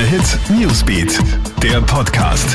Hit Newsbeat, der Podcast.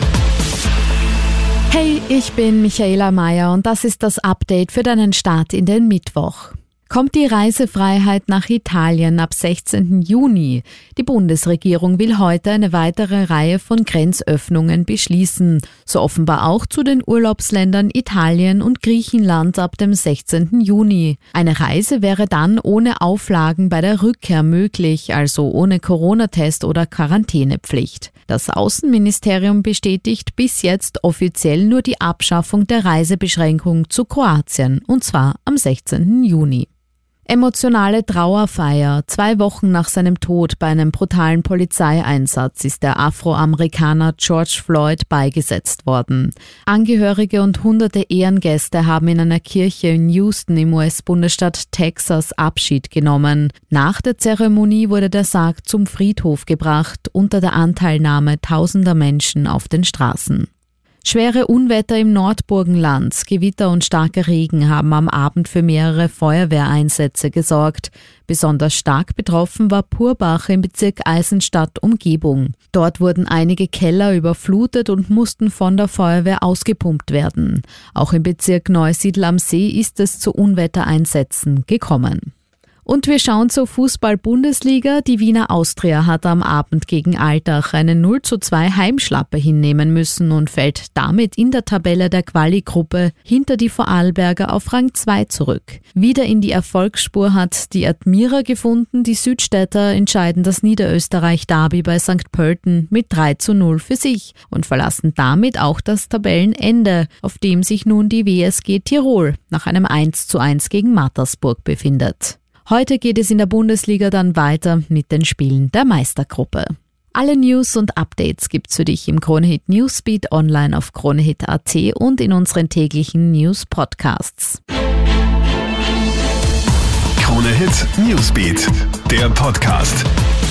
Hey, ich bin Michaela Mayer und das ist das Update für deinen Start in den Mittwoch. Kommt die Reisefreiheit nach Italien ab 16. Juni? Die Bundesregierung will heute eine weitere Reihe von Grenzöffnungen beschließen, so offenbar auch zu den Urlaubsländern Italien und Griechenland ab dem 16. Juni. Eine Reise wäre dann ohne Auflagen bei der Rückkehr möglich, also ohne Corona-Test oder Quarantänepflicht. Das Außenministerium bestätigt bis jetzt offiziell nur die Abschaffung der Reisebeschränkung zu Kroatien, und zwar am 16. Juni. Emotionale Trauerfeier. 2 Wochen nach seinem Tod bei einem brutalen Polizeieinsatz ist der Afroamerikaner George Floyd beigesetzt worden. Angehörige und hunderte Ehrengäste haben in einer Kirche in Houston im US-Bundesstaat Texas Abschied genommen. Nach der Zeremonie wurde der Sarg zum Friedhof gebracht, unter der Anteilnahme tausender Menschen auf den Straßen. Schwere Unwetter im Nordburgenland, Gewitter und starker Regen haben am Abend für mehrere Feuerwehreinsätze gesorgt. Besonders stark betroffen war Purbach im Bezirk Eisenstadt-Umgebung. Dort wurden einige Keller überflutet und mussten von der Feuerwehr ausgepumpt werden. Auch im Bezirk Neusiedl am See ist es zu Unwettereinsätzen gekommen. Und wir schauen zur Fußball-Bundesliga. Die Wiener Austria hat am Abend gegen Altach eine 0:2 Heimschlappe hinnehmen müssen und fällt damit in der Tabelle der Quali-Gruppe hinter die Vorarlberger auf Rang 2 zurück. Wieder in die Erfolgsspur hat die Admira gefunden. Die Südstädter entscheiden das Niederösterreich-Derby bei St. Pölten mit 3:0 für sich und verlassen damit auch das Tabellenende, auf dem sich nun die WSG Tirol nach einem 1:1 gegen Mattersburg befindet. Heute geht es in der Bundesliga dann weiter mit den Spielen der Meistergruppe. Alle News und Updates gibt's für dich im Kronehit Newsbeat online auf kronehit.at und in unseren täglichen News-Podcasts. Kronehit Newsbeat, der Podcast.